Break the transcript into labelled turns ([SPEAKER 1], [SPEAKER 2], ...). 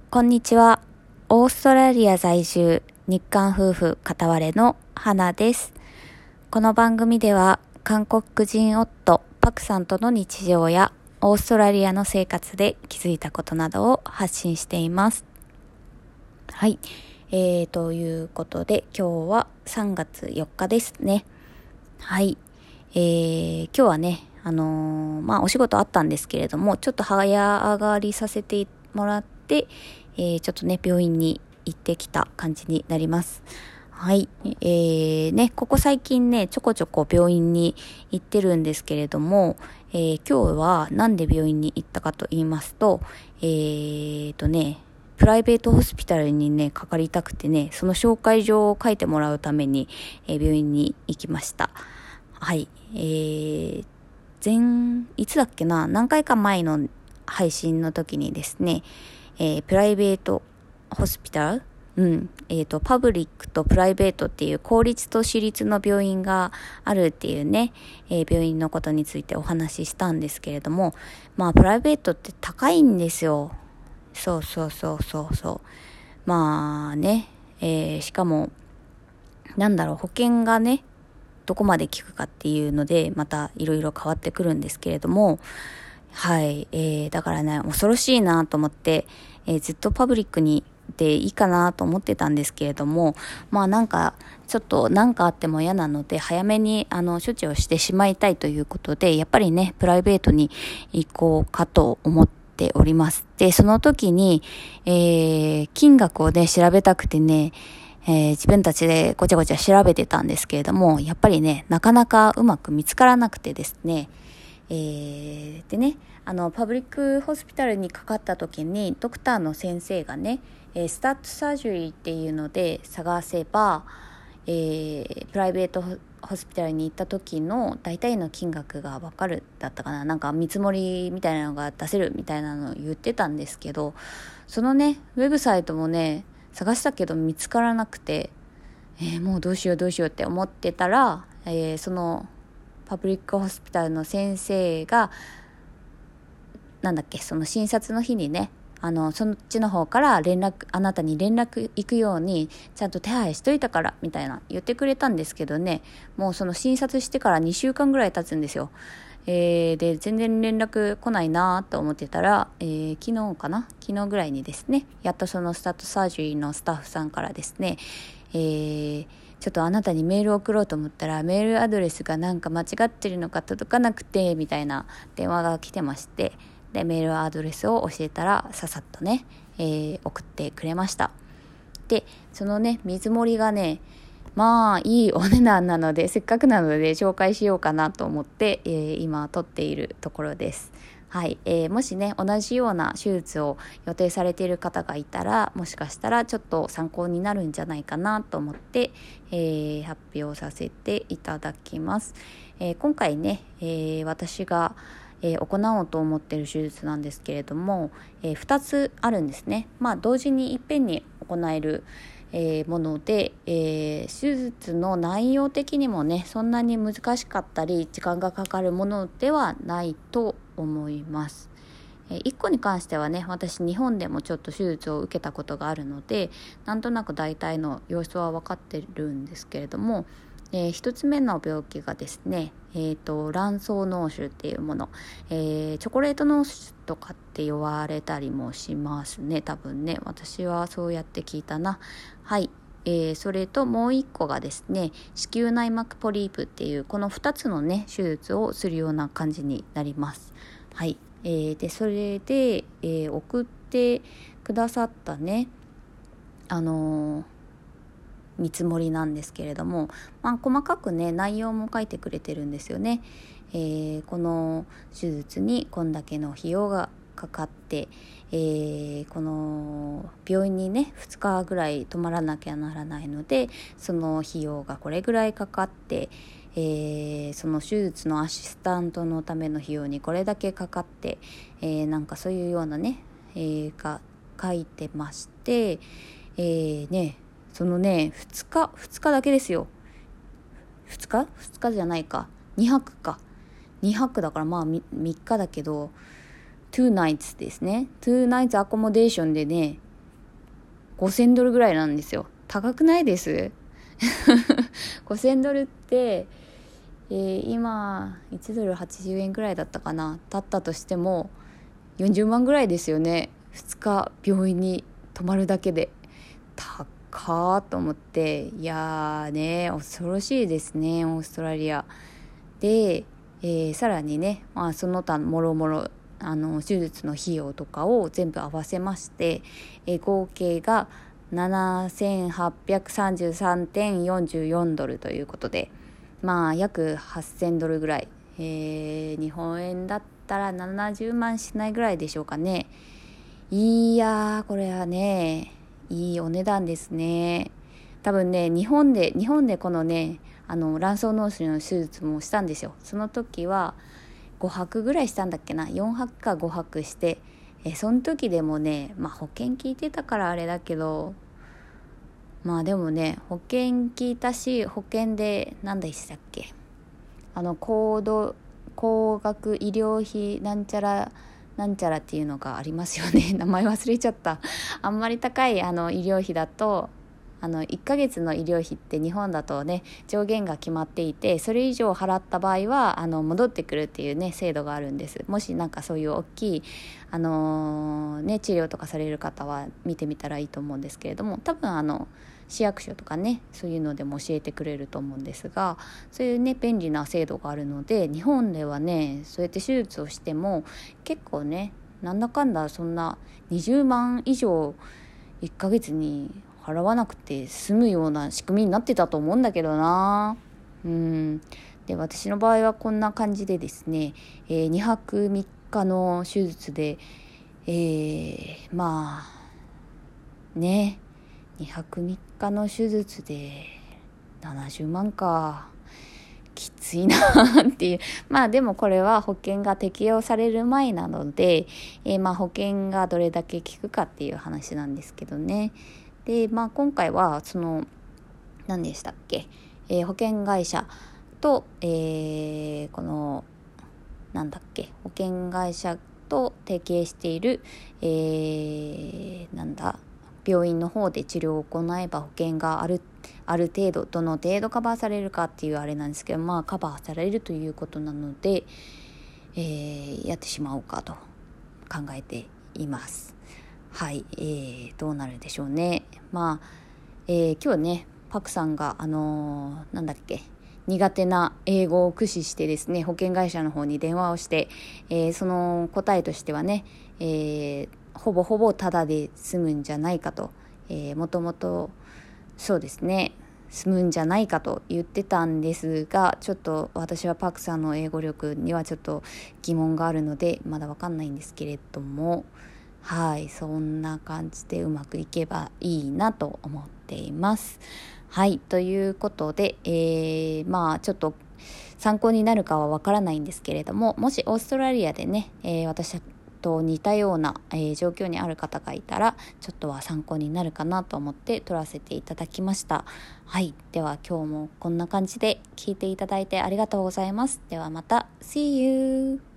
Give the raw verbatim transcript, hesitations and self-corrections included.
[SPEAKER 1] こんにちは。オーストラリア在住、日韓夫婦片割れの花です。この番組では、韓国人夫、パクさんとの日常や、オーストラリアの生活で気づいたことなどを発信しています。はい。えー、ということで、今日はさんがつよっかですね。はい。えー、今日はね、あのー、まあ、お仕事あったんですけれども、ちょっと早上がりさせてもらって、えー、ちょっとね、病院に行ってきた感じになります。はい。えー、ね、ここ最近ね、ちょこちょこ病院に行ってるんですけれども、えー、今日はなんで病院に行ったかと言いますと、えーとね、プライベートホスピタルにね、かかりたくてね、その紹介状を書いてもらうために、えー、病院に行きました。はい。えー、前、いつだっけな、何回か前の配信の時にですね、えー、プライベートホスピタルうん。えっと、パブリックとプライベートっていう公立と私立の病院があるっていうね、えー、病院のことについてお話ししたんですけれども、まあ、プライベートって高いんですよ。そうそうそうそうそう。まあね、えー、しかも、なんだろう、保険がね、どこまで効くかっていうので、またいろいろ変わってくるんですけれども、はい、えー、だからね、恐ろしいなと思って、えー、ずっとパブリックにでいいかなと思ってたんですけれども、まあなんか、ちょっと何かあっても嫌なので、早めにあの処置をしてしまいたいということで、やっぱりね、プライベートに行こうかと思っております。で、その時に、えー、金額をね、調べたくてね、えー、自分たちでごちゃごちゃ調べてたんですけれども、やっぱりね、なかなかうまく見つからなくてですね、えー、でね、あの、パブリックホスピタルにかかった時に、ドクターの先生がね、えー、スタットサージュリーっていうので探せば、えー、プライベートホスピタルに行った時の大体の金額がわかるだったかな、なんか見積もりみたいなのが出せるみたいなのを言ってたんですけど、そのね、ウェブサイトもね、探したけど見つからなくて、えー、もうどうしようどうしようって思ってたら、えー、そのパブリックホスピタルの先生がなんだっけその診察の日にね、あのそっちの方から連絡あなたに連絡行くようにちゃんと手配しといたからみたいな言ってくれたんですけどね、もうその診察してからにしゅうかんぐらい経つんですよ。えー、で全然連絡来ないなと思ってたら、えー、昨日かな昨日ぐらいにですね、やっとそのスタットサージュリーのスタッフさんからですね、えー、ちょっとあなたにメールを送ろうと思ったらメールアドレスがなんか間違ってるのか届かなくてみたいな電話が来てまして、でメールアドレスを教えたらささっとね、えー、送ってくれました。でそのね見積もりがね、まあいいお値段なので、せっかくなので紹介しようかなと思って、えー、今撮っているところです。はい、えー、もしね同じような手術を予定されている方がいたら、もしかしたらちょっと参考になるんじゃないかなと思って、えー、発表させていただきます。えー、今回ね、えー、私がえー、行おうと思っている手術なんですけれども、えー、ふたつあるんですね。まあ同時にいっぺんに行える、えー、もので、えー、手術の内容的にもねそんなに難しかったり時間がかかるものではないと思います。えー、いっこに関してはね、私日本でもちょっと手術を受けたことがあるので、なんとなく大体の様子は分かってるんですけれども、えー、ひとつめの病気がですね、えーと、卵巣脳腫っていうもの、えー、チョコレート脳腫とかって言われたりもしますね、多分ね。私はそうやって聞いたな。はい。えー、それともう一個がですね、子宮内膜ポリープっていうこのふたつのね手術をするような感じになります。はい。えー、でそれで、えー、送ってくださったね、あのー見積もりなんですけれども、まあ、細かくね内容も書いてくれてるんですよね。えー、この手術にこんだけの費用がかかって、えー、この病院にねふつかぐらい泊まらなきゃならないので、その費用がこれぐらいかかって、えー、その手術のアシスタントのための費用にこれだけかかって、えー、なんかそういうようなね、えー、が書いてまして、えー、ねそのねふつかふつかだけですよ。ふつかふつかじゃないかにはくかにはくだからまあ 3, 日だけどにナイツですね。にナイツアコモデーションでねごせんドルぐらいなんですよ。高くないですごせんドルって、えー、今いちドルはちじゅうえんぐらいだったかな、だったとしてもよんじゅうまんぐらいですよね。ふつか病院に泊まるだけで。高ーと思って、いやーね、恐ろしいですね、オーストラリアで。えー、さらにね、まあ、その他もろもろあの手術の費用とかを全部合わせまして、えー、合計がななせんはっぴゃくさんじゅうさんてんよんじゅうよんドルということで、まあ約はっせんドルぐらい、えー、日本円だったらななじゅうまんしないぐらいでしょうかね。いやー、これはね、いいお値段ですね。多分ね、日本で日本でこのね、あの卵巣嚢腫の手術もしたんですよ。その時はごはくぐらいしたんだっけな、よんはくかごはくして、えその時でもね、まあ保険効いてたからあれだけど、まあでもね、保険効いたし、保険で何でしたっけ、あの高度高額医療費なんちゃらなんちゃらっていうのがありますよね名前忘れちゃった。あんまり高いあの医療費だと、あのいっかげつの医療費って日本だとね上限が決まっていて、それ以上払った場合はあの戻ってくるっていうね制度があるんです。もしなんかそういう大きい、あのーね、治療とかされる方は見てみたらいいと思うんですけれども、多分あの市役所とかね、そういうのでも教えてくれると思うんですが、そういうね便利な制度があるので、日本ではねそうやって手術をしても結構ね、なんだかんだそんなにじゅうまん以上いっかげつに払わなくて済むような仕組みになってたと思うんだけどな。うんで、私の場合はこんな感じでですね、えー、にはくみっかの手術で、えー、まあねにはくみっかの手術でななじゅうまんか、きついなっていう。まあでもこれは保険が適用される前なので、えー、まあ保険がどれだけ効くかっていう話なんですけどね。で、まあ今回はその何でしたっけ、えー、保険会社と、えー、このなんだっけ保険会社と提携している、えー、なんだ病院の方で治療を行えば保険があるある程度どの程度カバーされるかっていうあれなんですけど、まあカバーされるということなので、えー、やってしまおうかと考えています。はい、えー、どうなるでしょうね。まあ、えー、今日ねパクさんがあのー、なんだっけ苦手な英語を駆使してですね、保険会社の方に電話をして、えー、その答えとしてはね、えー、ほぼほぼタダで済むんじゃないかと、えー、もともとそうですね済むんじゃないかと言ってたんですが、ちょっと私はパクさんの英語力にはちょっと疑問があるのでまだわかんないんですけれども、はい、そんな感じでうまくいけばいいなと思っています。はい、ということで、えー、まあちょっと参考になるかはわからないんですけれども、もしオーストラリアでね、えー、私と似たような、えー、状況にある方がいたらちょっとは参考になるかなと思って撮らせていただきました。はい、では今日もこんな感じで聞いていただいてありがとうございます。ではまた See you